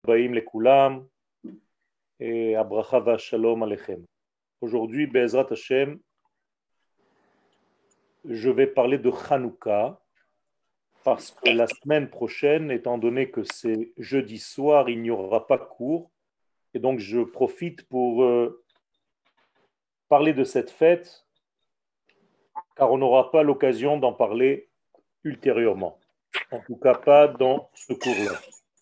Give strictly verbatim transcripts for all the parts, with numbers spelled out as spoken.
Baim lekulam et abracha va shalom alechem. Aujourd'hui, Be'ezrat Hashem, je vais parler de Hanouka parce que la semaine prochaine, étant donné que c'est jeudi soir, il n'y aura pas cours et donc je profite pour euh, parler de cette fête car on n'aura pas l'occasion d'en parler ultérieurement. En tout cas, pas dans ce cours-là.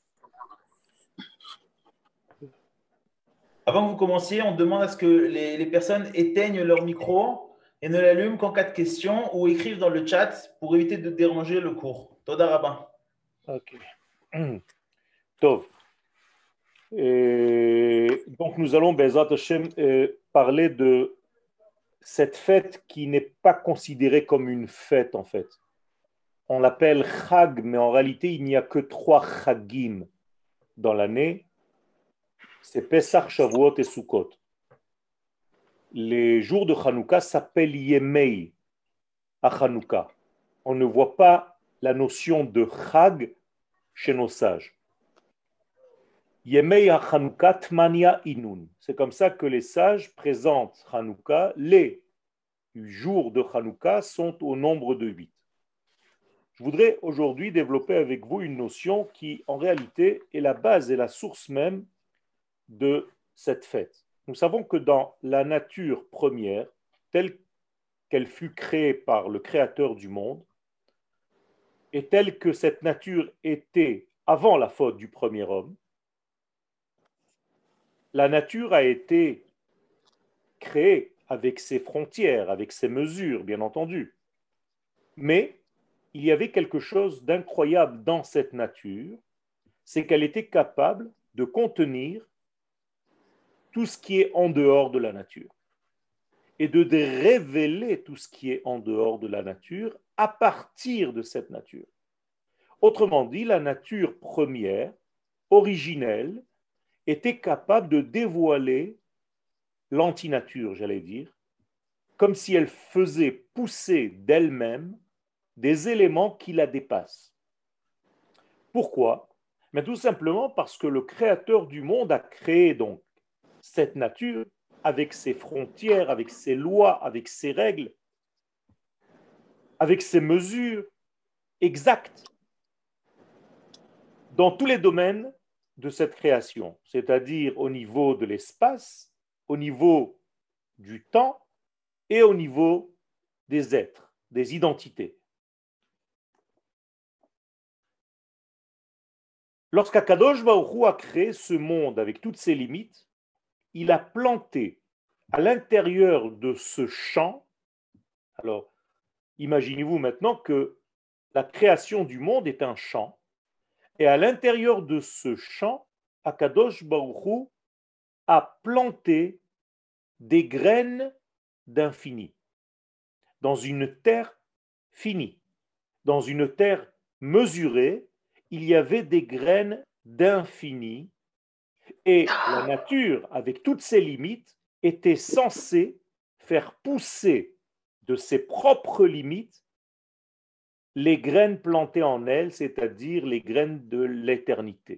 Avant que vous commenciez, on demande à ce que les, les personnes éteignent leur micro et ne l'allument qu'en cas de question ou écrivent dans le chat pour éviter de déranger le cours. Toda Rabba. Ok. Tov. Et donc nous allons, Bezat Hashem, euh, parler de cette fête qui n'est pas considérée comme une fête en fait. On l'appelle Chag, mais en réalité il n'y a que trois Chagim dans l'année. C'est Pesach, Shavuot et Sukkot. Les jours de Hanouka s'appellent Yemei à Hanouka. On ne voit pas la notion de Chag chez nos sages. Yemei HaChanouka Tmania Inun. C'est comme ça que les sages présentent Hanouka. Les jours de Hanouka sont au nombre de huit. Je voudrais aujourd'hui développer avec vous une notion qui, en réalité, est la base et la source même de cette fête. Nous savons que dans la nature première, telle qu'elle fut créée par le Créateur du monde, et telle que cette nature était avant la faute du premier homme, la nature a été créée avec ses frontières, avec ses mesures, bien entendu. Mais il y avait quelque chose d'incroyable dans cette nature, c'est qu'elle était capable de contenir tout ce qui est en dehors de la nature et de révéler tout ce qui est en dehors de la nature à partir de cette nature. Autrement dit, la nature première, originelle, était capable de dévoiler l'antinature, j'allais dire, comme si elle faisait pousser d'elle-même des éléments qui la dépassent. Pourquoi? Mais tout simplement parce que le Créateur du monde a créé donc cette nature avec ses frontières, avec ses lois, avec ses règles, avec ses mesures exactes dans tous les domaines de cette création, c'est-à-dire au niveau de l'espace, au niveau du temps et au niveau des êtres, des identités. Lorsqu'Akadosh Baruch Hu a créé ce monde avec toutes ses limites, il a planté à l'intérieur de ce champ, alors imaginez-vous maintenant que la création du monde est un champ, et à l'intérieur de ce champ, Akadosh Baruch Hu a planté des graines d'infini, dans une terre finie, dans une terre mesurée, il y avait des graines d'infini et la nature, avec toutes ses limites, était censée faire pousser de ses propres limites les graines plantées en elle, c'est-à-dire les graines de l'éternité.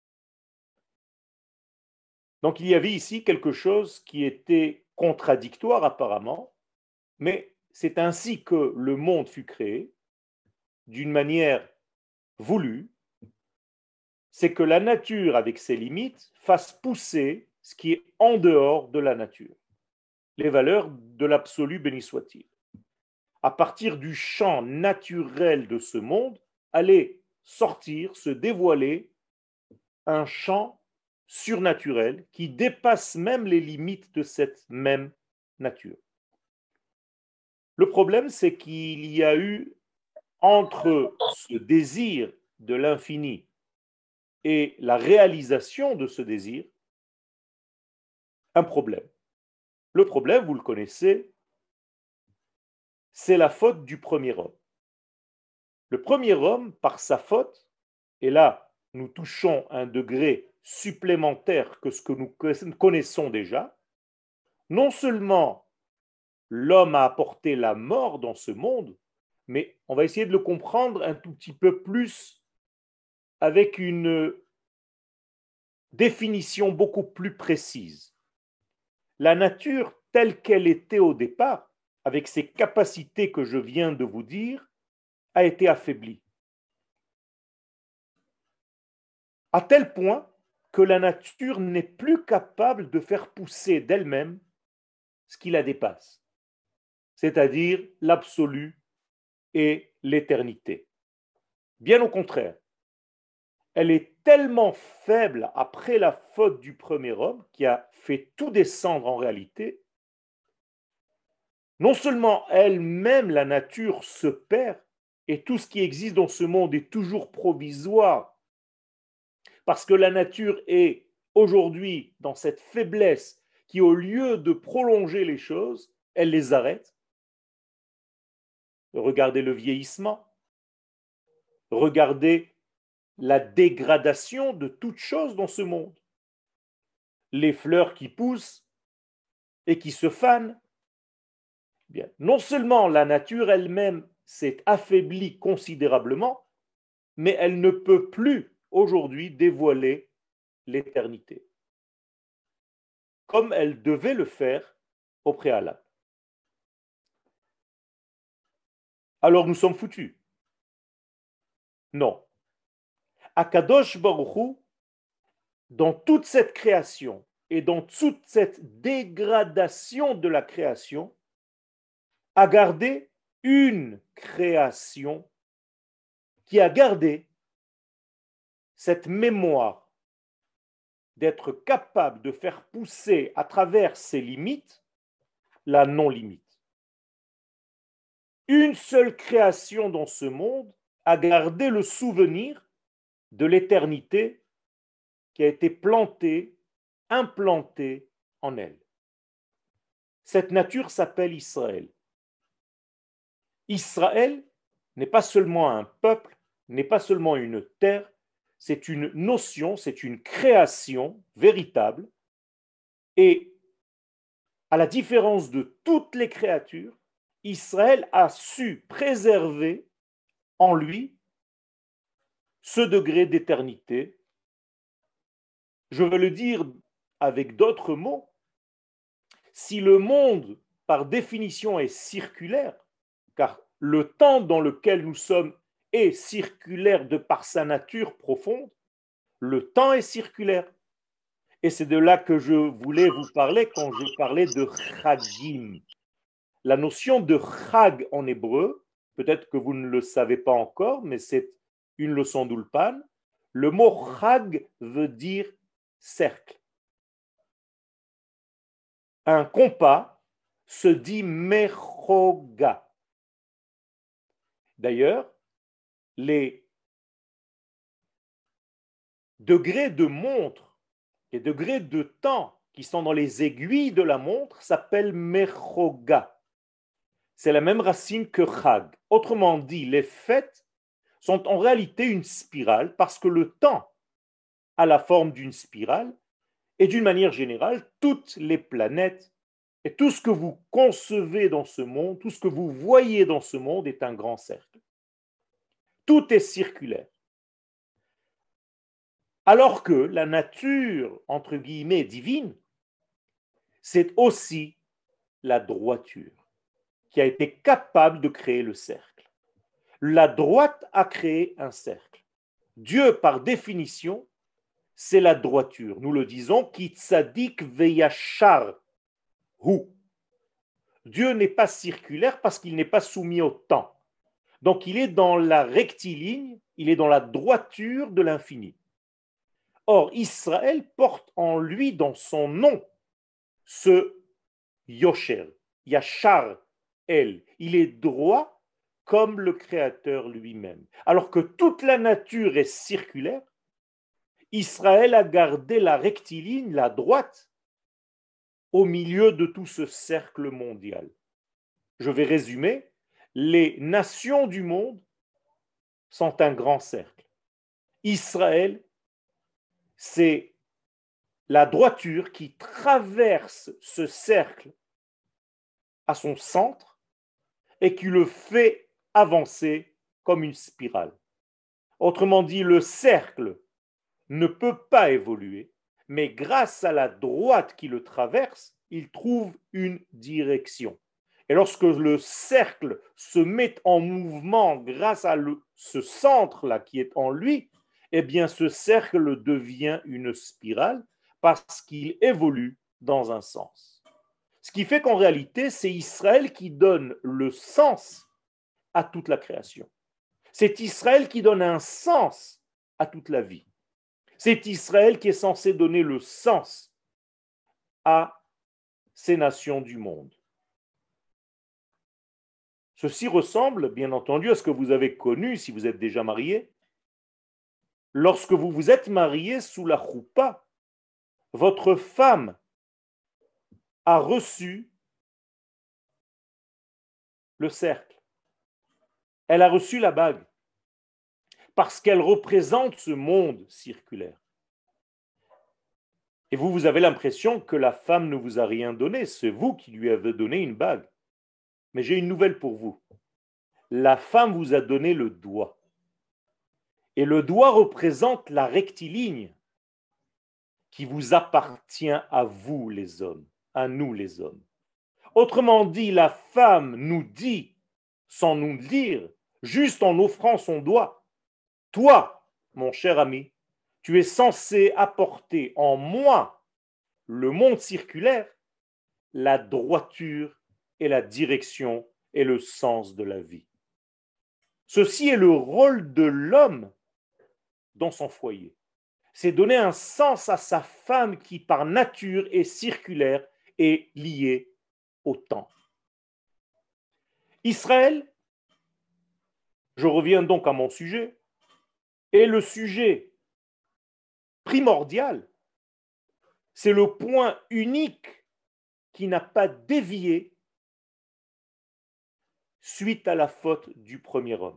Donc il y avait ici quelque chose qui était contradictoire apparemment, mais c'est ainsi que le monde fut créé, d'une manière voulue, c'est que la nature, avec ses limites, fasse pousser ce qui est en dehors de la nature, les valeurs de l'absolu béni soit-il. À partir du champ naturel de ce monde, allait sortir, se dévoiler un champ surnaturel qui dépasse même les limites de cette même nature. Le problème, c'est qu'il y a eu entre ce désir de l'infini et la réalisation de ce désir un problème. Le problème, vous le connaissez, c'est la faute du premier homme. Le premier homme, par sa faute, et là, nous touchons un degré supplémentaire que ce que nous connaissons déjà, non seulement l'homme a apporté la mort dans ce monde, mais on va essayer de le comprendre un tout petit peu plus avec une définition beaucoup plus précise. La nature telle qu'elle était au départ, avec ses capacités que je viens de vous dire, a été affaiblie. À tel point que la nature n'est plus capable de faire pousser d'elle-même ce qui la dépasse, c'est-à-dire l'absolu et l'éternité. Bien au contraire, elle est tellement faible après la faute du premier homme qui a fait tout descendre en réalité. Non seulement elle-même, la nature, se perd, et tout ce qui existe dans ce monde est toujours provisoire, parce que la nature est aujourd'hui dans cette faiblesse qui, au lieu de prolonger les choses, elle les arrête. Regardez le vieillissement, regardez la dégradation de toute chose dans ce monde. Les fleurs qui poussent et qui se fanent. Bien. Non seulement la nature elle-même s'est affaiblie considérablement, mais elle ne peut plus aujourd'hui dévoiler l'éternité, comme elle devait le faire au préalable. Alors nous sommes foutus. Non. Akadosh Baruch Hu, dans toute cette création et dans toute cette dégradation de la création, a gardé une création qui a gardé cette mémoire d'être capable de faire pousser à travers ses limites la non-limite. Une seule création dans ce monde a gardé le souvenir de l'éternité qui a été plantée, implantée en elle. Cette nature s'appelle Israël. Israël n'est pas seulement un peuple, n'est pas seulement une terre, c'est une notion, c'est une création véritable. Et à la différence de toutes les créatures, Israël a su préserver en lui ce degré d'éternité. Je veux le dire avec d'autres mots, si le monde, par définition, est circulaire, car le temps dans lequel nous sommes est circulaire de par sa nature profonde, le temps est circulaire. Et c'est de là que je voulais vous parler quand je parlais de chagim. La notion de chag en hébreu, peut-être que vous ne le savez pas encore, mais c'est une leçon d'Ulpan. Le mot chag veut dire cercle. Un compas se dit mechoga. D'ailleurs, les degrés de montre, les degrés de temps qui sont dans les aiguilles de la montre s'appellent mechoga. C'est la même racine que chag. Autrement dit, les fêtes sont en réalité une spirale parce que le temps a la forme d'une spirale et d'une manière générale, toutes les planètes et tout ce que vous concevez dans ce monde, tout ce que vous voyez dans ce monde est un grand cercle. Tout est circulaire. Alors que la nature, entre guillemets, divine, c'est aussi la droiture qui a été capable de créer le cercle. La droite a créé un cercle. Dieu, par définition, c'est la droiture. Nous le disons, ki tzadik veyachar hu. Dieu n'est pas circulaire parce qu'il n'est pas soumis au temps. Donc il est dans la rectiligne, il est dans la droiture de l'infini. Or, Israël porte en lui, dans son nom, ce Yosher, Yachar El. Il est droit comme le Créateur lui-même. Alors que toute la nature est circulaire, Israël a gardé la rectiligne, la droite, au milieu de tout ce cercle mondial. Je vais résumer. Les nations du monde sont un grand cercle. Israël, c'est la droiture qui traverse ce cercle à son centre et qui le fait avancer comme une spirale. Autrement dit, le cercle ne peut pas évoluer mais grâce à la droite qui le traverse, il trouve une direction. Et lorsque le cercle se met en mouvement grâce à le- ce centre-là qui est en lui, eh bien ce cercle devient une spirale parce qu'il évolue dans un sens. Ce qui fait qu'en réalité, c'est Israël qui donne le sens à toute la création. C'est Israël qui donne un sens à toute la vie. C'est Israël qui est censé donner le sens à ces nations du monde. Ceci ressemble, bien entendu, à ce que vous avez connu si vous êtes déjà marié. Lorsque vous vous êtes marié sous la choupa, votre femme a reçu le cercle. Elle a reçu la bague parce qu'elle représente ce monde circulaire. Et vous, vous avez l'impression que la femme ne vous a rien donné, c'est vous qui lui avez donné une bague. Mais j'ai une nouvelle pour vous. La femme vous a donné le doigt. Et le doigt représente la rectiligne qui vous appartient à vous les hommes, à nous les hommes. Autrement dit, la femme nous dit, sans nous le dire, juste en offrant son doigt, toi, mon cher ami, tu es censé apporter en moi le monde circulaire, la droiture et la direction et le sens de la vie. Ceci est le rôle de l'homme dans son foyer. C'est donner un sens à sa femme qui, par nature, est circulaire et liée au temps. Israël, je reviens donc à mon sujet, est le sujet primordial. C'est le point unique qui n'a pas dévié suite à la faute du premier homme.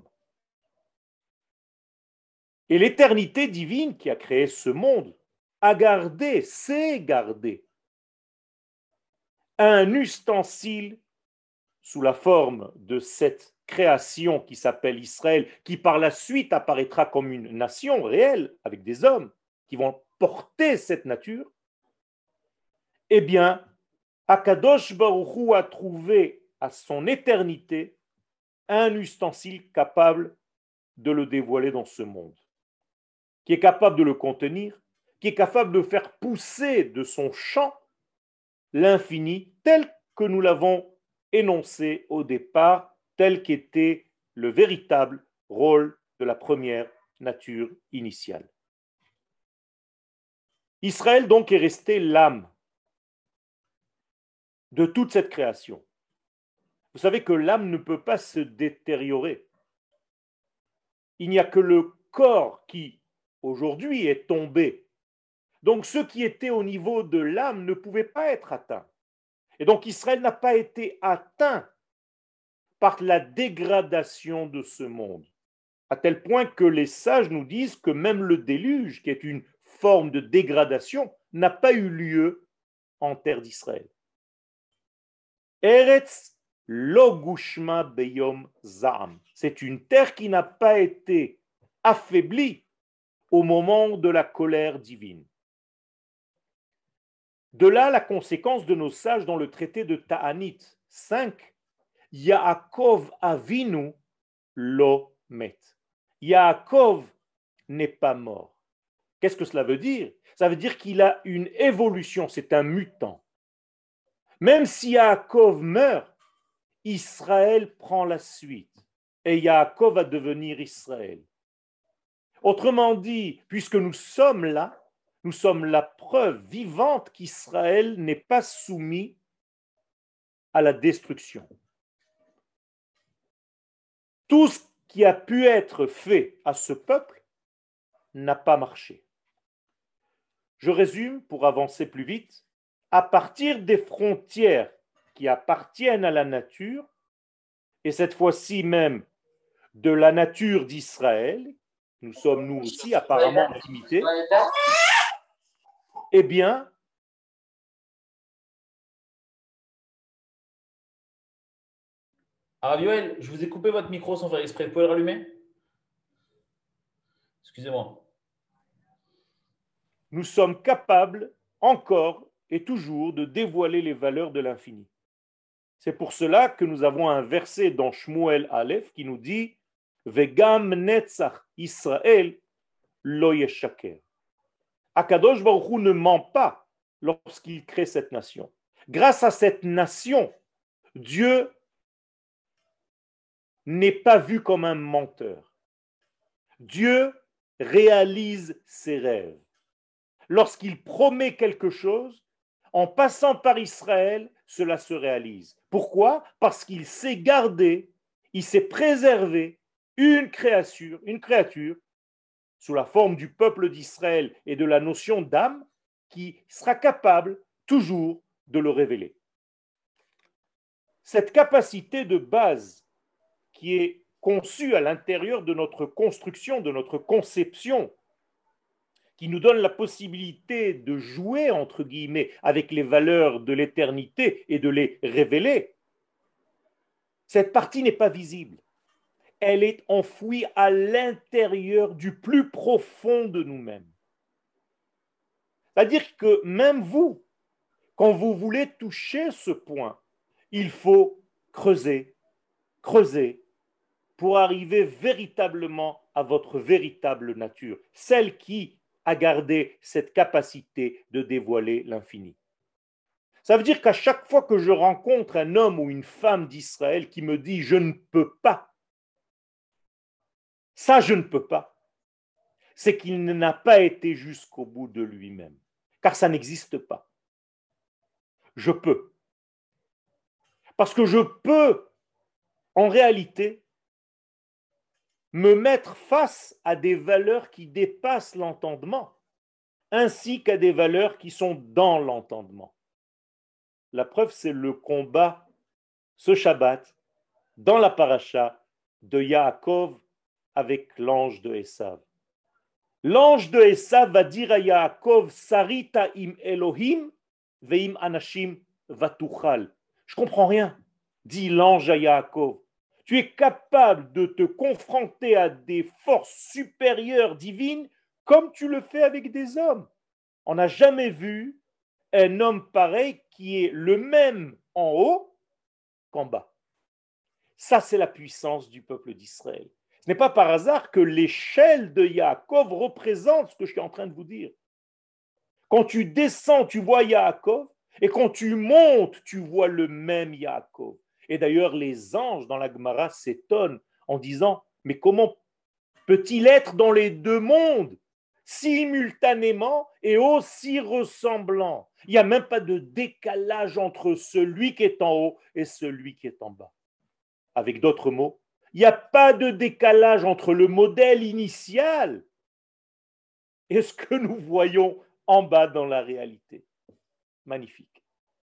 Et l'éternité divine qui a créé ce monde a gardé, sait garder un ustensile sous la forme de cette création qui s'appelle Israël, qui par la suite apparaîtra comme une nation réelle avec des hommes qui vont porter cette nature. Eh bien, Akadosh Baruch Hu a trouvé à son éternité un ustensile capable de le dévoiler dans ce monde, qui est capable de le contenir, qui est capable de faire pousser de son champ l'infini tel que nous l'avons énoncé au départ, tel qu'était le véritable rôle de la première nature initiale. Israël donc est resté l'âme de toute cette création. Vous savez que l'âme ne peut pas se détériorer. Il n'y a que le corps qui, aujourd'hui, est tombé. Donc, ce qui était au niveau de l'âme ne pouvait pas être atteint. Et donc, Israël n'a pas été atteint par la dégradation de ce monde, à tel point que les sages nous disent que même le déluge, qui est une forme de dégradation, n'a pas eu lieu en terre d'Israël. Eretz lo gushma beyom za'am. C'est une terre qui n'a pas été affaiblie au moment de la colère divine. De là la conséquence de nos sages dans le traité de Ta'anit cinq, Yaakov Avinu lo met. Yaakov n'est pas mort. Qu'est-ce que cela veut dire? Ça veut dire qu'il a une évolution, c'est un mutant. Même si Yaakov meurt, Israël prend la suite et Yaakov va devenir Israël. Autrement dit, puisque nous sommes là, nous sommes la preuve vivante qu'Israël n'est pas soumis à la destruction. Tout ce qui a pu être fait à ce peuple n'a pas marché. Je résume pour avancer plus vite. À partir des frontières qui appartiennent à la nature, et cette fois-ci même de la nature d'Israël, nous sommes nous aussi apparemment limités, eh bien, Alors, Yoel, je vous ai coupé votre micro sans faire exprès. Vous pouvez le rallumer? Excusez-moi. nous sommes capables encore et toujours de dévoiler les valeurs de l'infini. C'est pour cela que nous avons un verset dans Shmuel Aleph qui nous dit Vegam netzach Israël lo yeshaker. Akadosh Baruch Hu ne ment pas lorsqu'il crée cette nation. Grâce à cette nation, Dieu n'est pas vu comme un menteur. Dieu réalise ses rêves. Lorsqu'il promet quelque chose, en passant par Israël, cela se réalise. Pourquoi? Parce qu'il s'est gardé, il s'est préservé une créature, une créature sous la forme du peuple d'Israël et de la notion d'âme qui sera capable toujours de le révéler. Cette capacité de base qui est conçue à l'intérieur de notre construction, de notre conception, qui nous donne la possibilité de jouer, entre guillemets, avec les valeurs de l'éternité et de les révéler, cette partie n'est pas visible. Elle est enfouie à l'intérieur du plus profond de nous-mêmes. C'est-à-dire que même vous, quand vous voulez toucher ce point, il faut creuser, creuser, pour arriver véritablement à votre véritable nature, celle qui a gardé cette capacité de dévoiler l'infini. Ça veut dire qu'à chaque fois que je rencontre un homme ou une femme d'Israël qui me dit « je ne peux pas », ça je ne peux pas, c'est qu'il n'a pas été jusqu'au bout de lui-même, car ça n'existe pas. Je peux. Parce que je peux, en réalité, me mettre face à des valeurs qui dépassent l'entendement, ainsi qu'à des valeurs qui sont dans l'entendement. La preuve, c'est le combat, ce Shabbat, dans la paracha de Yaakov avec l'ange de Esav. L'ange de Esav va dire à Yaakov, Sarita im Elohim veim anashim vatuchal. Je comprends rien, dit l'ange à Yaakov. Tu es capable de te confronter à des forces supérieures divines comme tu le fais avec des hommes. On n'a jamais vu un homme pareil qui est le même en haut qu'en bas. Ça, c'est la puissance du peuple d'Israël. Ce n'est pas par hasard que l'échelle de Yaakov représente ce que je suis en train de vous dire. Quand tu descends, tu vois Yaakov, et quand tu montes, tu vois le même Yaakov. Et d'ailleurs, les anges dans la Gemara s'étonnent en disant, mais comment peut-il être dans les deux mondes simultanément et aussi ressemblant? Il n'y a même pas de décalage entre celui qui est en haut et celui qui est en bas. Avec d'autres mots, il n'y a pas de décalage entre le modèle initial et ce que nous voyons en bas dans la réalité. Magnifique.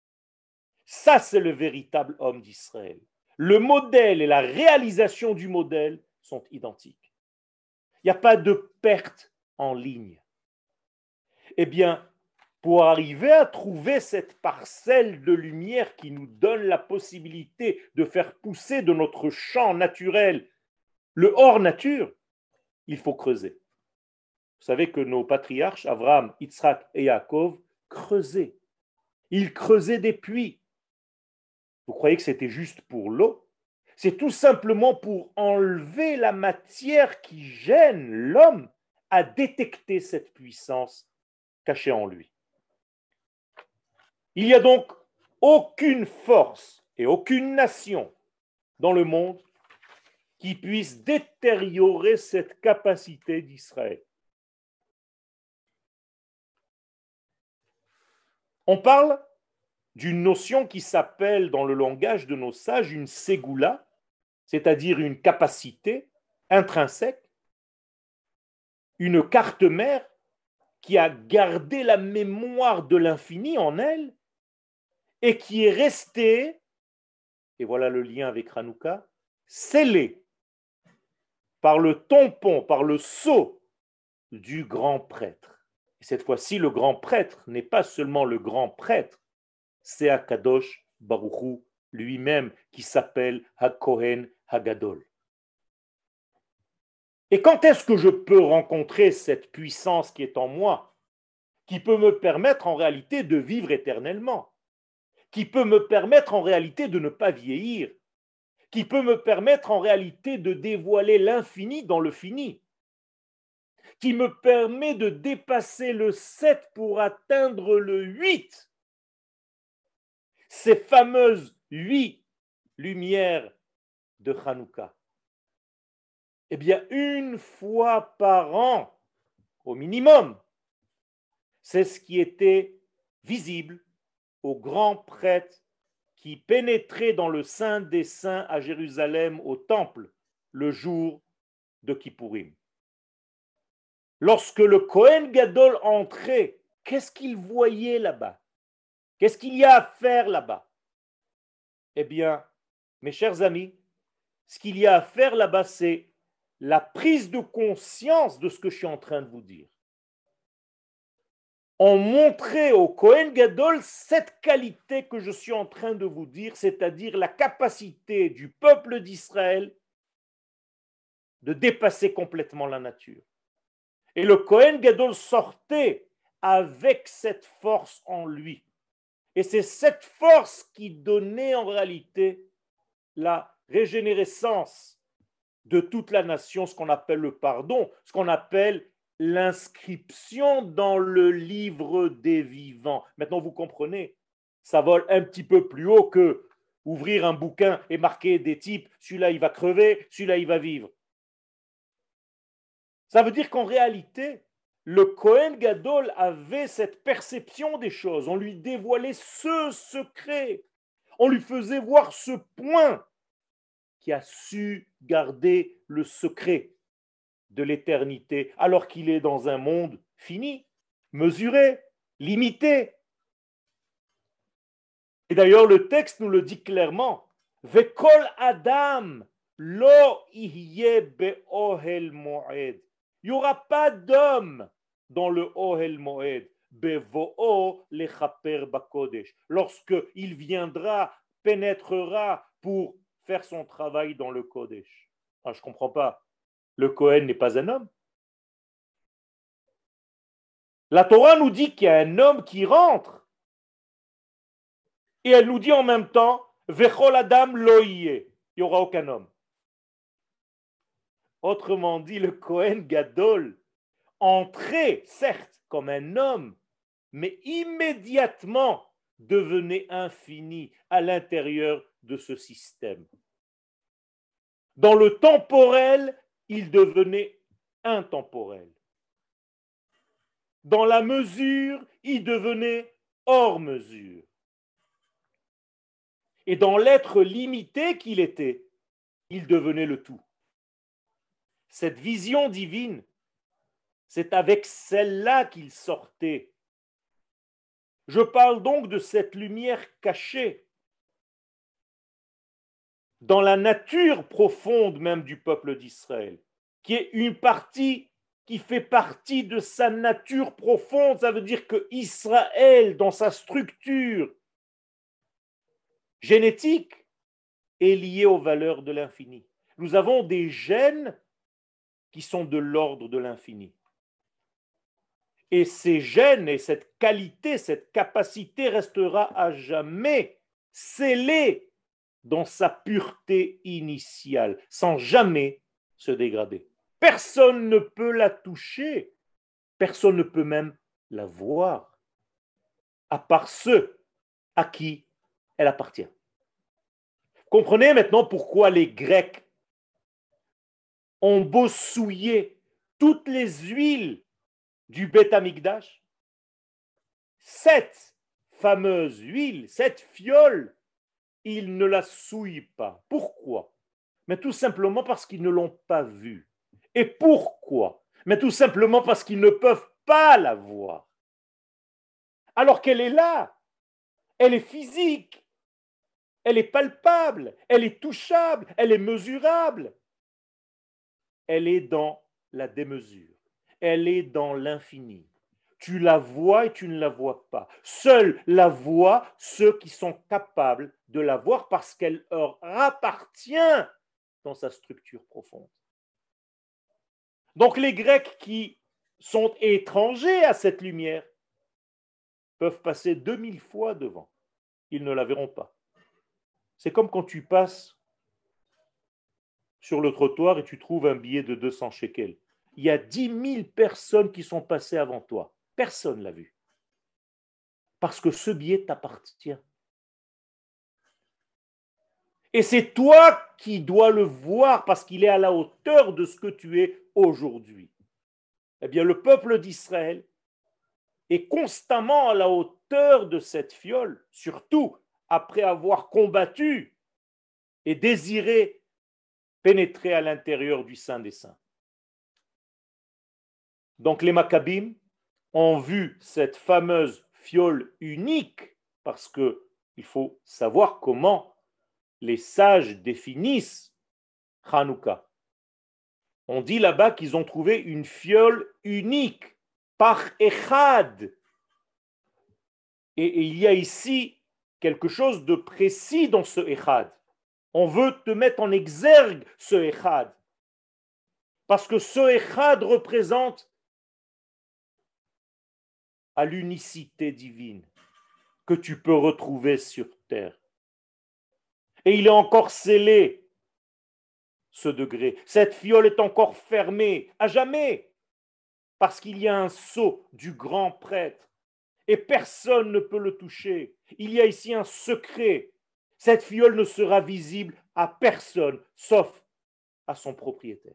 Ça, c'est le véritable homme d'Israël. Le modèle et la réalisation du modèle sont identiques. Il n'y a pas de perte en ligne. Eh bien, pour arriver à trouver cette parcelle de lumière qui nous donne la possibilité de faire pousser de notre champ naturel le hors-nature, il faut creuser. Vous savez que nos patriarches, Abraham, Yitzhak et Yaakov, creusaient. Ils creusaient des puits. Vous croyez que c'était juste pour l'eau? C'est tout simplement pour enlever la matière qui gêne l'homme à détecter cette puissance cachée en lui. Il n'y a donc aucune force et aucune nation dans le monde qui puisse détériorer cette capacité d'Israël. On parle d'une notion qui s'appelle dans le langage de nos sages une ségoula, c'est-à-dire une capacité intrinsèque, une carte mère qui a gardé la mémoire de l'infini en elle et qui est restée, et voilà le lien avec Hanouka, scellée par le tampon, par le sceau du grand prêtre. Et cette fois-ci, le grand prêtre n'est pas seulement le grand prêtre, c'est Akadosh Baruch Hu lui-même qui s'appelle HaKohen HaGadol. Et quand est-ce que je peux rencontrer cette puissance qui est en moi? qui peut me permettre en réalité de vivre éternellement, qui peut me permettre en réalité de ne pas vieillir, qui peut me permettre en réalité de dévoiler l'infini dans le fini, qui me permet de dépasser le sept pour atteindre le huit. Ces fameuses huit lumières de Hanouka. Eh bien, une fois par an, au minimum, c'est ce qui était visible aux grands prêtres qui pénétraient dans le Saint des Saints à Jérusalem, au temple, le jour de Kippourim. Lorsque le Kohen Gadol entrait, qu'est-ce qu'il voyait là-bas? Qu'est-ce qu'il y a à faire là-bas? Eh bien, mes chers amis, ce qu'il y a à faire là-bas, c'est la prise de conscience de ce que je suis en train de vous dire. On montrait au Kohen Gadol cette qualité que je suis en train de vous dire, c'est-à-dire la capacité du peuple d'Israël de dépasser complètement la nature. Et le Kohen Gadol sortait avec cette force en lui. Et c'est cette force qui donnait en réalité la régénérescence de toute la nation, ce qu'on appelle le pardon, ce qu'on appelle l'inscription dans le livre des vivants. Maintenant, vous comprenez, ça vole un petit peu plus haut que ouvrir un bouquin et marquer des types, celui-là il va crever, celui-là il va vivre. Ça veut dire qu'en réalité, le Kohen Gadol avait cette perception des choses. On lui dévoilait ce secret. On lui faisait voir ce point qui a su garder le secret de l'éternité alors qu'il est dans un monde fini, mesuré, limité. Et d'ailleurs, le texte nous le dit clairement. Vekol Adam lo ihye be'ohel moed. Il n'y aura pas d'homme dans le Ohel Moed, bevo'o lechaper bakodesh, lorsque il viendra, pénétrera pour faire son travail dans le Kodesh. Ah, je ne comprends pas. Le Kohen n'est pas un homme. La Torah nous dit qu'il y a un homme qui rentre. Et elle nous dit en même temps, Vechol Adam lo yeh. Il n'y aura aucun homme. Autrement dit, le Kohen Gadol entrait, certes, comme un homme, mais immédiatement devenait infini à l'intérieur de ce système. Dans le temporel, il devenait intemporel. Dans la mesure, il devenait hors mesure. Et dans l'être limité qu'il était, il devenait le tout. Cette vision divine, c'est avec celle-là qu'il sortait. Je parle donc de cette lumière cachée dans la nature profonde même du peuple d'Israël, qui est une partie qui fait partie de sa nature profonde. Ça veut dire que Israël, dans sa structure génétique, est lié aux valeurs de l'infini. Nous avons des gènes qui sont de l'ordre de l'infini. Et ces gènes et cette qualité, cette capacité restera à jamais scellée dans sa pureté initiale, sans jamais se dégrader. Personne ne peut la toucher, personne ne peut même la voir, à part ceux à qui elle appartient. Comprenez maintenant pourquoi les Grecs ont beau souiller toutes les huiles du Beth Amikdash, cette fameuse huile, cette fiole, ils ne la souillent pas. Pourquoi? Mais tout simplement parce qu'ils ne l'ont pas vue. Et pourquoi? Mais tout simplement parce qu'ils ne peuvent pas la voir. Alors qu'elle est là, elle est physique, elle est palpable, elle est touchable, elle est mesurable. Elle est dans la démesure, elle est dans l'infini. Tu la vois et tu ne la vois pas. Seuls la voient ceux qui sont capables de la voir parce qu'elle leur appartient dans sa structure profonde. Donc les Grecs qui sont étrangers à cette lumière, peuvent passer deux mille fois devant. Ils ne la verront pas. C'est comme quand tu passes sur le trottoir et tu trouves un billet de deux cents shekels. Il y a dix mille personnes qui sont passées avant toi. Personne ne l'a vu. Parce que ce billet t'appartient. Et c'est toi qui dois le voir parce qu'il est à la hauteur de ce que tu es aujourd'hui. Eh bien, le peuple d'Israël est constamment à la hauteur de cette fiole, surtout après avoir combattu et désiré pénétrer à l'intérieur du Saint des Saints. Donc les Maccabim ont vu cette fameuse fiole unique parce que il faut savoir comment les sages définissent Hanouka. On dit là-bas qu'ils ont trouvé une fiole unique, par Echad. Et, et il y a ici quelque chose de précis dans ce Echad. On veut te mettre en exergue ce Echad. Parce que ce Echad représente à l'unicité divine que tu peux retrouver sur terre. Et il est encore scellé, ce degré. Cette fiole est encore fermée à jamais parce qu'il y a un sceau du grand prêtre et personne ne peut le toucher. Il y a ici un secret. Cette fiole ne sera visible à personne sauf à son propriétaire.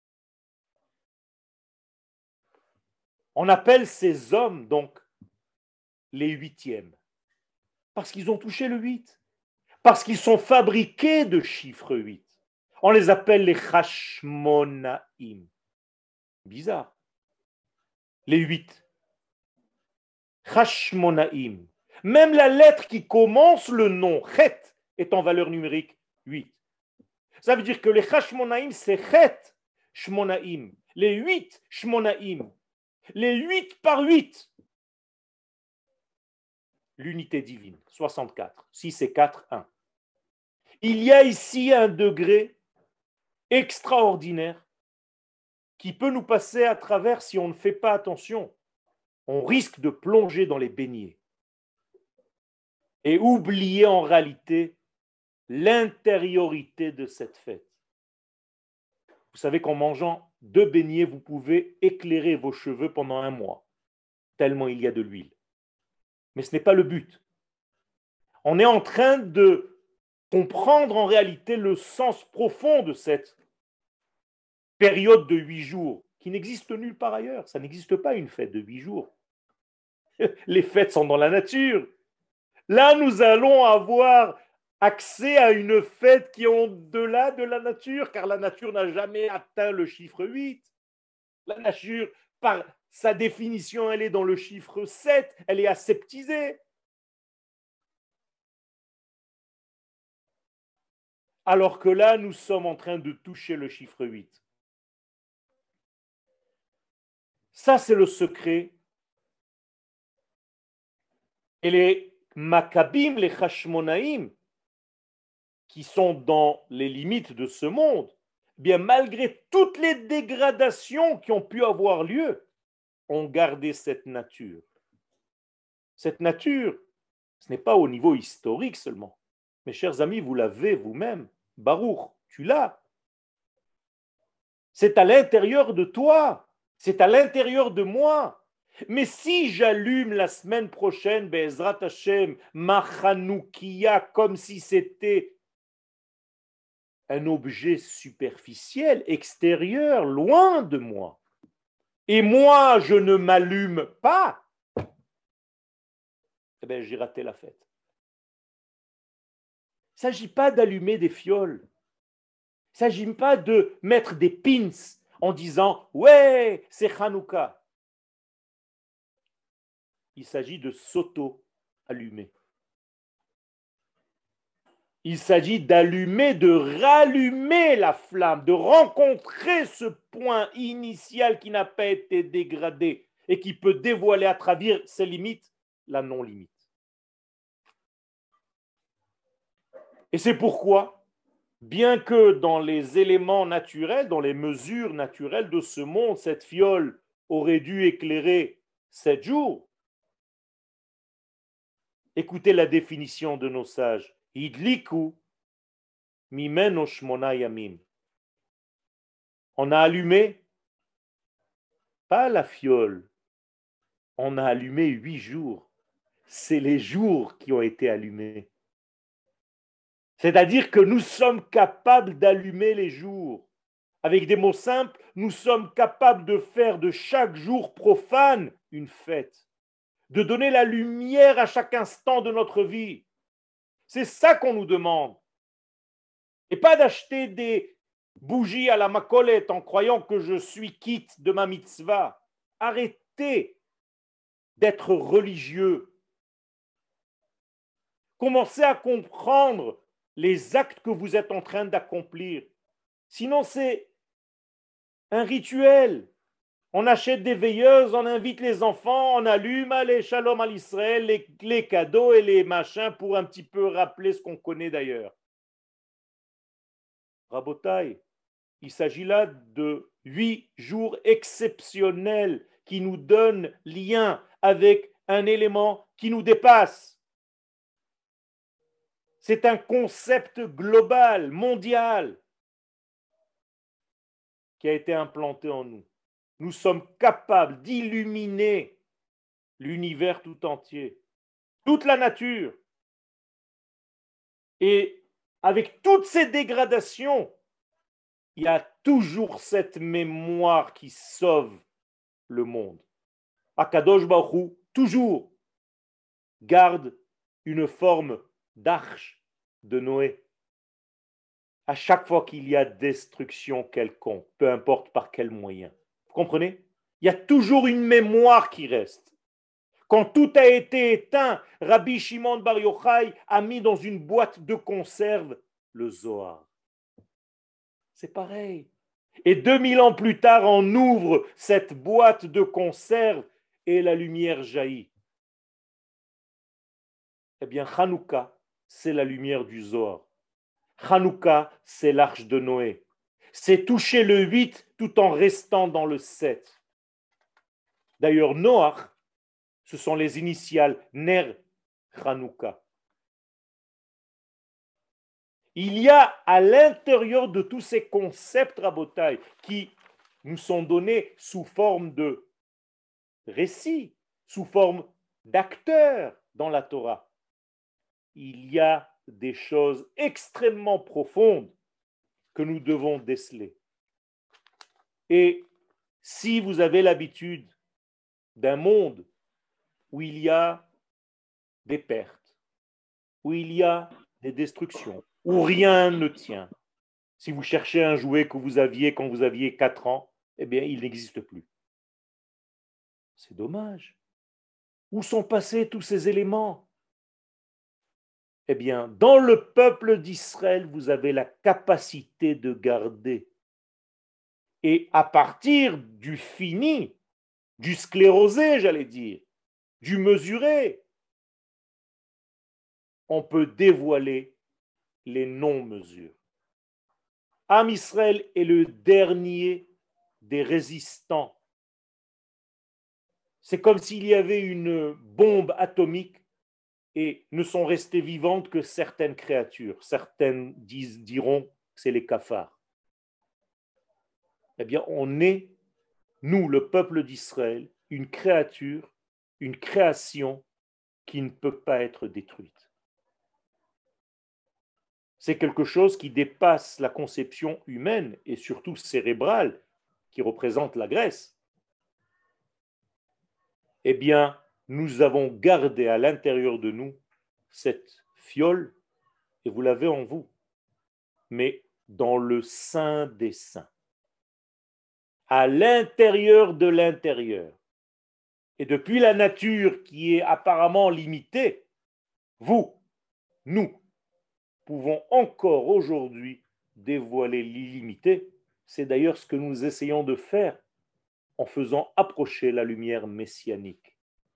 On appelle ces hommes donc les huitièmes parce qu'ils ont touché le huit, parce qu'ils sont fabriqués de chiffre huit. On les appelle les Chashmonaïm. Bizarre. Les huit. Chashmonaïm. Même la lettre qui commence le nom, Chet, est en valeur numérique huit. Ça veut dire que les Chashmonaïm, c'est Chet, Shmonaïm. Les huit Shmonaïm. Les huit par huit. L'unité divine, soixante-quatre. six et quatre, un. Il y a ici un degré extraordinaire qui peut nous passer à travers si on ne fait pas attention. On risque de plonger dans les beignets et oublier en réalité l'intériorité de cette fête. Vous savez qu'en mangeant deux beignets, vous pouvez éclairer vos cheveux pendant un mois, tellement il y a de l'huile. Mais ce n'est pas le but. On est en train de comprendre en réalité le sens profond de cette période de huit jours qui n'existe nulle part ailleurs. Ça n'existe pas une fête de huit jours. Les fêtes sont dans la nature. Là, nous allons avoir accès à une fête qui est au-delà de la nature, car la nature n'a jamais atteint le chiffre huit. La nature, par sa définition, elle est dans le chiffre sept, elle est aseptisée. Alors que là, nous sommes en train de toucher le chiffre huit. Ça, c'est le secret. Et les Maccabim, les Chashmonaïm, qui sont dans les limites de ce monde, eh bien malgré toutes les dégradations qui ont pu avoir lieu, ont gardé cette nature. Cette nature, ce n'est pas au niveau historique seulement. Mes chers amis, vous l'avez vous-même. Baruch, tu l'as. C'est à l'intérieur de toi. C'est à l'intérieur de moi. Mais si j'allume la semaine prochaine, Be'ezrat Hashem, ma Chanoukia, comme si c'était un objet superficiel, extérieur, loin de moi, et moi je ne m'allume pas, eh bien j'ai raté la fête. Il ne s'agit pas d'allumer des fioles. Il ne s'agit pas de mettre des pins en disant « Ouais, c'est Hanouka ». Il s'agit de s'auto-allumer. Il s'agit d'allumer, de rallumer la flamme, de rencontrer ce point initial qui n'a pas été dégradé et qui peut dévoiler à travers ses limites la non-limite. Et c'est pourquoi, bien que dans les éléments naturels, dans les mesures naturelles de ce monde, cette fiole aurait dû éclairer sept jours, Écoutez la définition de nos sages. Idliku mimeno shmona yamim. On a allumé, pas la fiole, on a allumé huit jours. C'est les jours qui ont été allumés. C'est-à-dire que nous sommes capables d'allumer les jours. Avec des mots simples, nous sommes capables de faire de chaque jour profane une fête, de donner la lumière à chaque instant de notre vie. C'est ça qu'on nous demande. Et pas d'acheter des bougies à la macolette en croyant que je suis quitte de ma mitzvah. Arrêtez d'être religieux. Commencez à comprendre les actes que vous êtes en train d'accomplir. Sinon, c'est un rituel. On achète des veilleuses, on invite les enfants, on allume les shalom à l'Israël, les, les cadeaux et les machins pour un petit peu rappeler ce qu'on connaît d'ailleurs. Rabotai, il s'agit là de huit jours exceptionnels qui nous donnent lien avec un élément qui nous dépasse. C'est un concept global, mondial, qui a été implanté en nous. Nous sommes capables d'illuminer l'univers tout entier, toute la nature. Et avec toutes ces dégradations, il y a toujours cette mémoire qui sauve le monde. Akadosh Baruch Hu, toujours, garde une forme d'arche de Noé. À chaque fois qu'il y a destruction quelconque, peu importe par quel moyen. Vous comprenez? Il y a toujours une mémoire qui reste. Quand tout a été éteint, Rabbi Shimon Bar Yochai a mis dans une boîte de conserve le Zohar. C'est pareil. Et deux mille ans plus tard, on ouvre cette boîte de conserve et la lumière jaillit. Eh bien, Hanouka, c'est la lumière du Zohar. Hanouka, c'est l'arche de Noé. C'est toucher le huit tout en restant dans le sept. D'ailleurs, Noach, ce sont les initiales Ner Hanouka. Il y a à l'intérieur de tous ces concepts rabotai qui nous sont donnés sous forme de récits, sous forme d'acteurs dans la Torah. Il y a des choses extrêmement profondes que nous devons déceler. Et si vous avez l'habitude d'un monde où il y a des pertes, où il y a des destructions, où rien ne tient, si vous cherchez un jouet que vous aviez quand vous aviez quatre ans, eh bien, il n'existe plus. C'est dommage. Où sont passés tous ces éléments? Eh bien, dans le peuple d'Israël, vous avez la capacité de garder. Et à partir du fini, du sclérosé, j'allais dire, du mesuré, on peut dévoiler les non-mesures. Am Israël est le dernier des résistants. C'est comme s'il y avait une bombe atomique et ne sont restées vivantes que certaines créatures. Certaines disent, diront que c'est les cafards. Eh bien, on est, nous, le peuple d'Israël, une créature, une création qui ne peut pas être détruite. C'est quelque chose qui dépasse la conception humaine et surtout cérébrale qui représente la Grèce. Eh bien, nous avons gardé à l'intérieur de nous cette fiole et vous l'avez en vous, mais dans le sein des saints, à l'intérieur de l'intérieur. Et depuis la nature qui est apparemment limitée, vous, nous, pouvons encore aujourd'hui dévoiler l'illimité. C'est d'ailleurs ce que nous essayons de faire en faisant approcher la lumière messianique.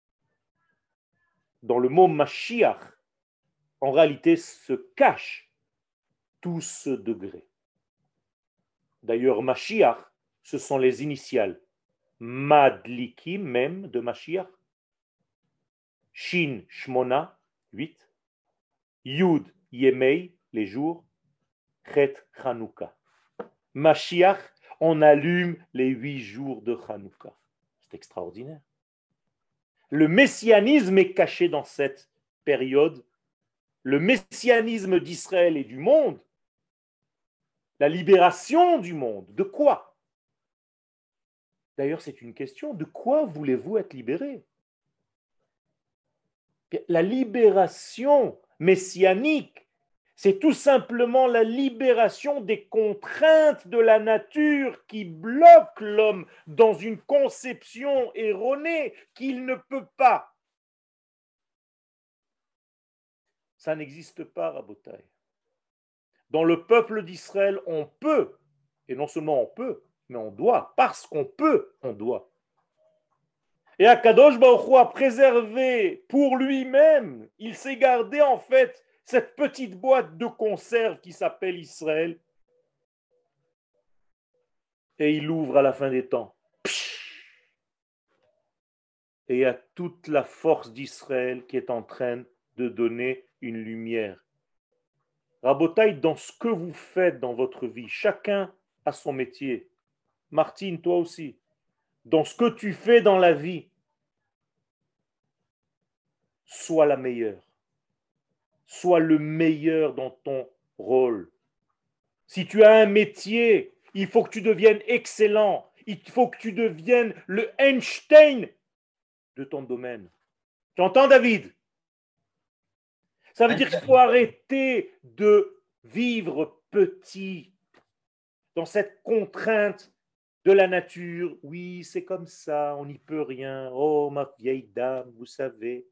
Dans le mot Mashiach, en réalité, se cache tout ce degré. D'ailleurs, Mashiach, ce sont les initiales. Madliki, même, de Mashiach. Shin, Shmona, huit. Yud Yemei, les jours. Chet Chanukah. Mashiach, on allume les huit jours de Hanouka. C'est extraordinaire. Le messianisme est caché dans cette période. Le messianisme d'Israël et du monde. La libération du monde. De quoi? D'ailleurs, c'est une question. De quoi voulez-vous être libéré? La libération messianique, c'est tout simplement la libération des contraintes de la nature qui bloquent l'homme dans une conception erronée qu'il ne peut pas. Ça n'existe pas, Rabotai. Dans le peuple d'Israël, on peut, et non seulement on peut, mais on doit. Parce qu'on peut, on doit. Et Akadosh Baruch Hu a préservé pour lui-même, il s'est gardé en fait cette petite boîte de conserve qui s'appelle Israël. Et il l'ouvre à la fin des temps. Et il y a toute la force d'Israël qui est en train de donner une lumière. Rabotaï, dans ce que vous faites dans votre vie, chacun a son métier. Martine, toi aussi. Dans ce que tu fais dans la vie, sois la meilleure. Sois le meilleur dans ton rôle. Si tu as un métier, il faut que tu deviennes excellent. Il faut que tu deviennes le Einstein de ton domaine. Tu entends, David? Ça veut dire qu'il faut arrêter de vivre petit dans cette contrainte de la nature. Oui, c'est comme ça, on n'y peut rien. Oh, ma vieille dame, vous savez.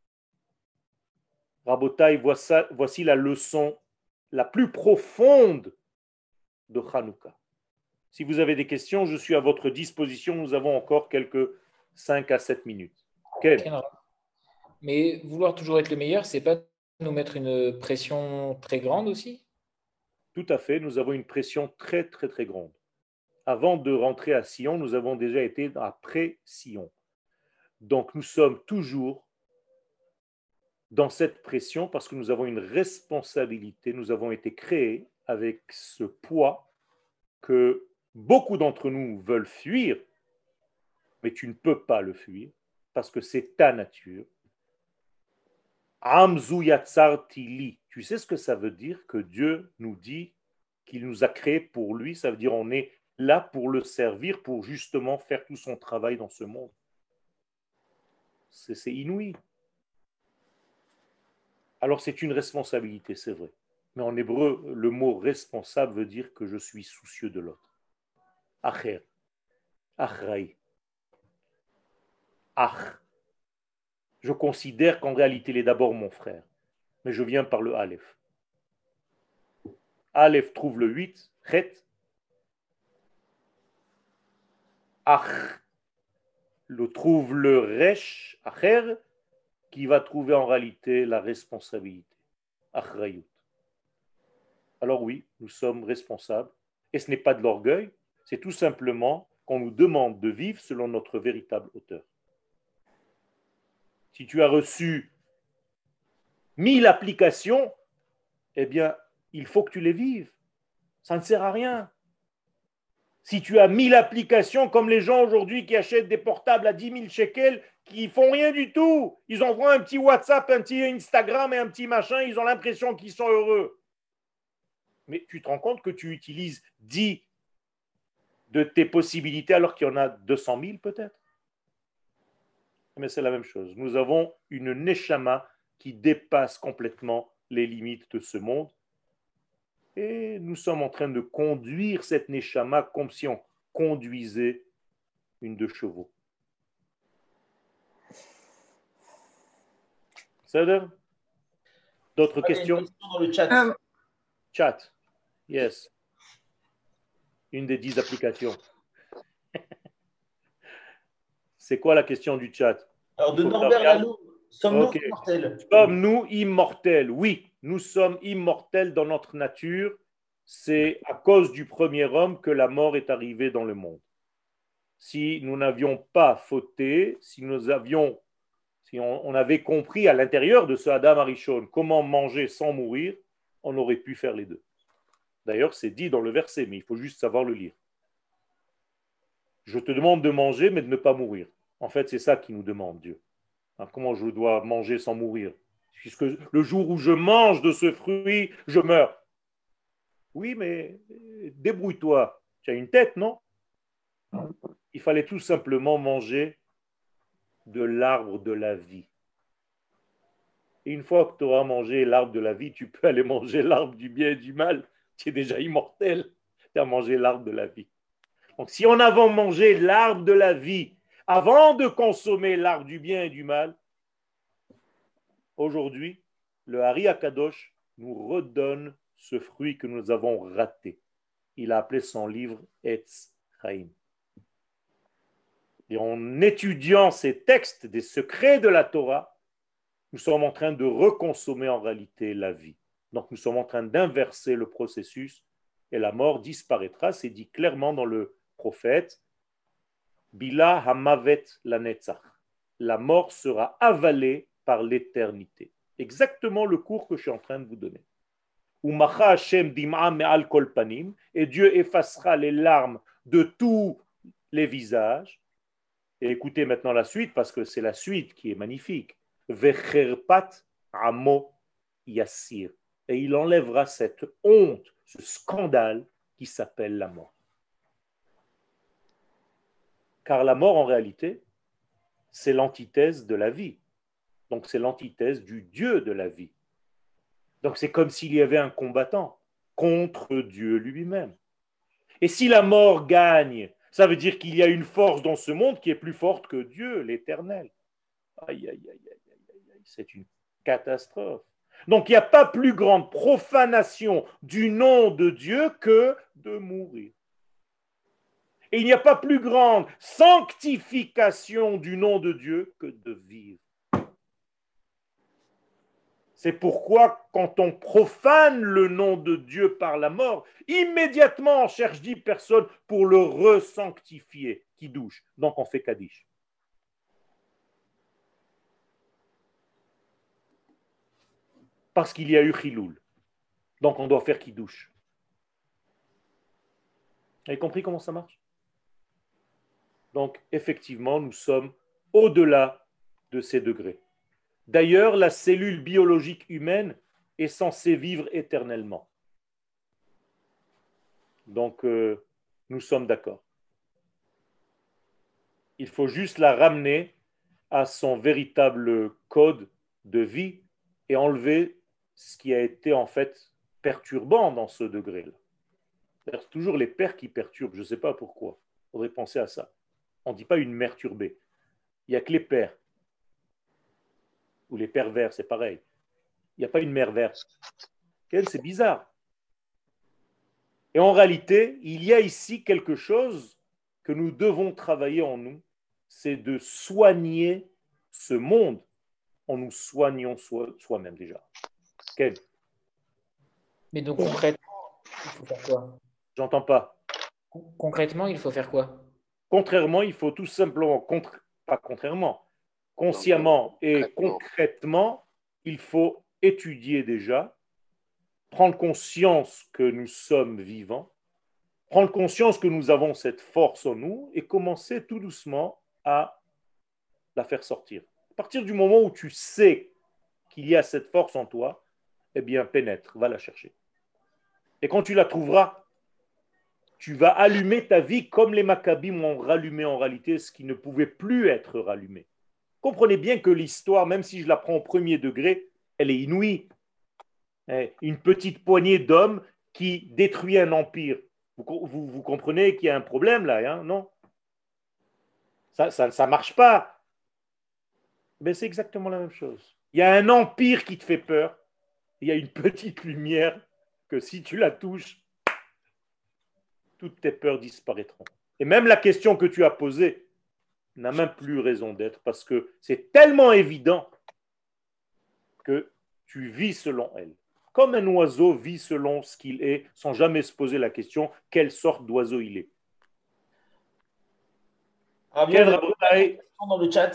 Rabotaï, voici la leçon la plus profonde de Hanouka. Si vous avez des questions, je suis à votre disposition. Nous avons encore quelques cinq à sept minutes. Okay. Mais vouloir toujours être le meilleur, c'est pas nous mettre une pression très grande aussi? Tout à fait. Nous avons une pression très, très, très grande. Avant de rentrer à Sion, nous avons déjà été après Sion. Donc, nous sommes toujours dans cette pression parce que nous avons une responsabilité. Nous avons été créés avec ce poids que beaucoup d'entre nous veulent fuir, mais tu ne peux pas le fuir parce que c'est ta nature. Amzu yatsar tili. Tu sais ce que ça veut dire que Dieu nous dit qu'il nous a créés pour lui? Ça veut dire on est là pour le servir, pour justement faire tout son travail dans ce monde. C'est, c'est inouï. Alors c'est une responsabilité, c'est vrai. Mais en hébreu, le mot responsable veut dire que je suis soucieux de l'autre. Acher, achraï, ach. Je considère qu'en réalité, il est d'abord mon frère. Mais je viens par le Aleph. Aleph trouve le huit, Chet. Ach le trouve le Resh, Acher, qui va trouver en réalité la responsabilité. Achrayut. Alors oui, nous sommes responsables. Et ce n'est pas de l'orgueil, c'est tout simplement qu'on nous demande de vivre selon notre véritable hauteur. Si tu as reçu mille applications, eh bien, il faut que tu les vives. Ça ne sert à rien. Si tu as mille applications, comme les gens aujourd'hui qui achètent des portables à dix mille shekels, qui font rien du tout, ils envoient un petit WhatsApp, un petit Instagram et un petit machin, ils ont l'impression qu'ils sont heureux. Mais tu te rends compte que tu utilises dix de tes possibilités alors qu'il y en a deux cent mille peut-être? Mais c'est la même chose. Nous avons une neshama qui dépasse complètement les limites de ce monde. Et nous sommes en train de conduire cette neshama comme si on conduisait une de chevaux. Ça donne? D'autres questions? Une question dans le chat. Um, Chat. Yes. Une des dix applications. C'est quoi la question du chat? Alors, de Il faut Norbert savoir- Lalou, sommes-nous Ok. immortels? Sommes-nous immortels? Oui, nous sommes immortels dans notre nature. C'est à cause du premier homme que la mort est arrivée dans le monde. Si nous n'avions pas fauté, si nous avions, Si on, on avait compris à l'intérieur de ce Adam Arishon comment manger sans mourir, on aurait pu faire les deux. D'ailleurs, c'est dit dans le verset, mais il faut juste savoir le lire. Je te demande de manger, mais de ne pas mourir. En fait, c'est ça qu'il nous demande, Dieu. Alors, comment je dois manger sans mourir? Puisque le jour où je mange de ce fruit, je meurs. Oui, mais débrouille-toi. Tu as une tête, non? Il fallait tout simplement manger de l'arbre de la vie. Et une fois que tu auras mangé l'arbre de la vie, tu peux aller manger l'arbre du bien et du mal. Tu es déjà immortel. Tu as mangé l'arbre de la vie. Donc, si on avait mangé l'arbre de la vie avant de consommer l'arbre du bien et du mal, aujourd'hui, le Hari Akadosh nous redonne ce fruit que nous avons raté. Il a appelé son livre Etz Chaim. Et en étudiant ces textes des secrets de la Torah, nous sommes en train de reconsommer en réalité la vie. Donc nous sommes en train d'inverser le processus et la mort disparaîtra. C'est dit clairement dans le prophète Bila Hamavet la Netzach. La mort sera avalée par l'éternité. Exactement le cours que je suis en train de vous donner. Umacha Hashem dim'a me'al kol panim, et Dieu effacera les larmes de tous les visages. Et écoutez maintenant la suite, parce que c'est la suite qui est magnifique. Vecherpat amo yassir. Et il enlèvera cette honte, ce scandale qui s'appelle la mort. Car la mort, en réalité, c'est l'antithèse de la vie. Donc c'est l'antithèse du Dieu de la vie. Donc c'est comme s'il y avait un combattant contre Dieu lui-même. Et si la mort gagne, ça veut dire qu'il y a une force dans ce monde qui est plus forte que Dieu, l'Éternel. Aïe, aïe, aïe, aïe, aïe, aïe, c'est une catastrophe. Donc il n'y a pas plus grande profanation du nom de Dieu que de mourir. Et il n'y a pas plus grande sanctification du nom de Dieu que de vivre. C'est pourquoi, quand on profane le nom de Dieu par la mort, immédiatement on cherche dix personnes pour le resanctifier, qui douche. Donc on fait Kaddish. Parce qu'il y a eu Chiloul. Donc on doit faire qui douche. Vous avez compris comment ça marche? Donc effectivement, nous sommes au-delà de ces degrés. D'ailleurs, la cellule biologique humaine est censée vivre éternellement. Donc, euh, nous sommes d'accord. Il faut juste la ramener à son véritable code de vie et enlever ce qui a été en fait perturbant dans ce degré-là. C'est toujours les pères qui perturbent, je ne sais pas pourquoi. Il faudrait penser à ça. On ne dit pas une mère turbée. Il n'y a que les pères. Ou les pervers, c'est pareil. Il n'y a pas une mère verte. C'est bizarre. Et en réalité, il y a ici quelque chose que nous devons travailler en nous, c'est de soigner ce monde en nous soignant soi- soi-même déjà. Quel? Mais donc concrètement, il faut faire quoi? J'entends pas. Con- Concrètement, il faut faire quoi? Contrairement, il faut tout simplement, contre- pas contrairement, consciemment et concrètement, il faut étudier déjà, prendre conscience que nous sommes vivants, prendre conscience que nous avons cette force en nous et commencer tout doucement à la faire sortir. À partir du moment où tu sais qu'il y a cette force en toi, eh bien, pénètre, va la chercher. Et quand tu la trouveras, tu vas allumer ta vie comme les Maccabim ont rallumé en réalité ce qui ne pouvait plus être rallumé. Comprenez bien que l'histoire, même si je la prends au premier degré, elle est inouïe. Une petite poignée d'hommes qui détruit un empire. Vous, vous, vous comprenez qu'il y a un problème là, hein, non? Ça ne ça, ça marche pas. Mais c'est exactement la même chose. Il y a un empire qui te fait peur. Il y a une petite lumière que si tu la touches, toutes tes peurs disparaîtront. Et même la question que tu as posée n'a même plus raison d'être parce que c'est tellement évident que tu vis selon elle. Comme un oiseau vit selon ce qu'il est, sans jamais se poser la question quelle sorte d'oiseau il est. Rabbi, Quel on a Rabotai? dans le chat.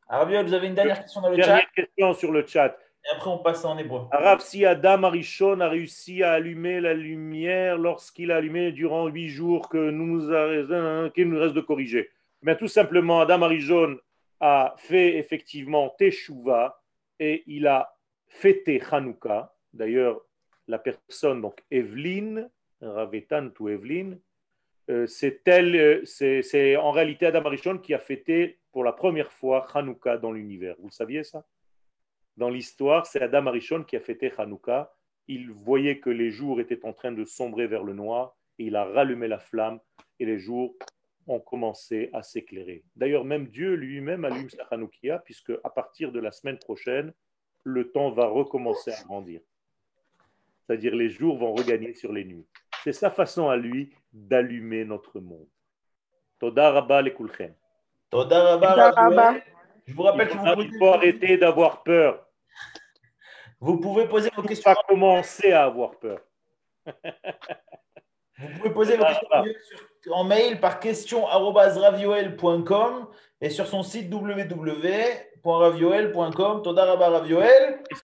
Rav Yoel, vous avez une dernière question dans le Dernière chat question sur le chat. et après on passe en hébreu. Rav, si Adam Arishon a réussi à allumer la lumière lorsqu'il a allumé durant huit jours, que nous a- qu'il nous reste de corriger. Mais tout simplement, Adam Arishon a fait effectivement Teshuvah et il a fêté Hanouka. D'ailleurs, la personne, donc Evelyne, Ravetan ou Evelyne, euh, c'est elle, euh, c'est c'est en réalité Adam Arishon qui a fêté pour la première fois Hanouka dans l'univers. Vous le saviez ça? Dans l'histoire, c'est Adam Arishon qui a fêté Hanouka. Il voyait que les jours étaient en train de sombrer vers le noir et il a rallumé la flamme et les jours ont commencé à s'éclairer. D'ailleurs, même Dieu lui-même allume sa Hanoukia puisque à partir de la semaine prochaine, le temps va recommencer à grandir. C'est-à-dire les jours vont regagner sur les nuits. C'est sa façon à lui d'allumer notre monde. Toda rabba lekulchem. Toda Rabba, Toda Rav Yoel. Rabba. Je vous rappelle Il que faut, vous il pouvez, faut arrêter d'avoir peur. vous pouvez poser vos Il ne faut questions. pas commencer à avoir peur. Vous pouvez poser vos questions à Rav Yoel sur- en mail par question arobase ravyoel point com et sur son site w w w point ravyoel point com. Toda Rabba, Rav Yoel.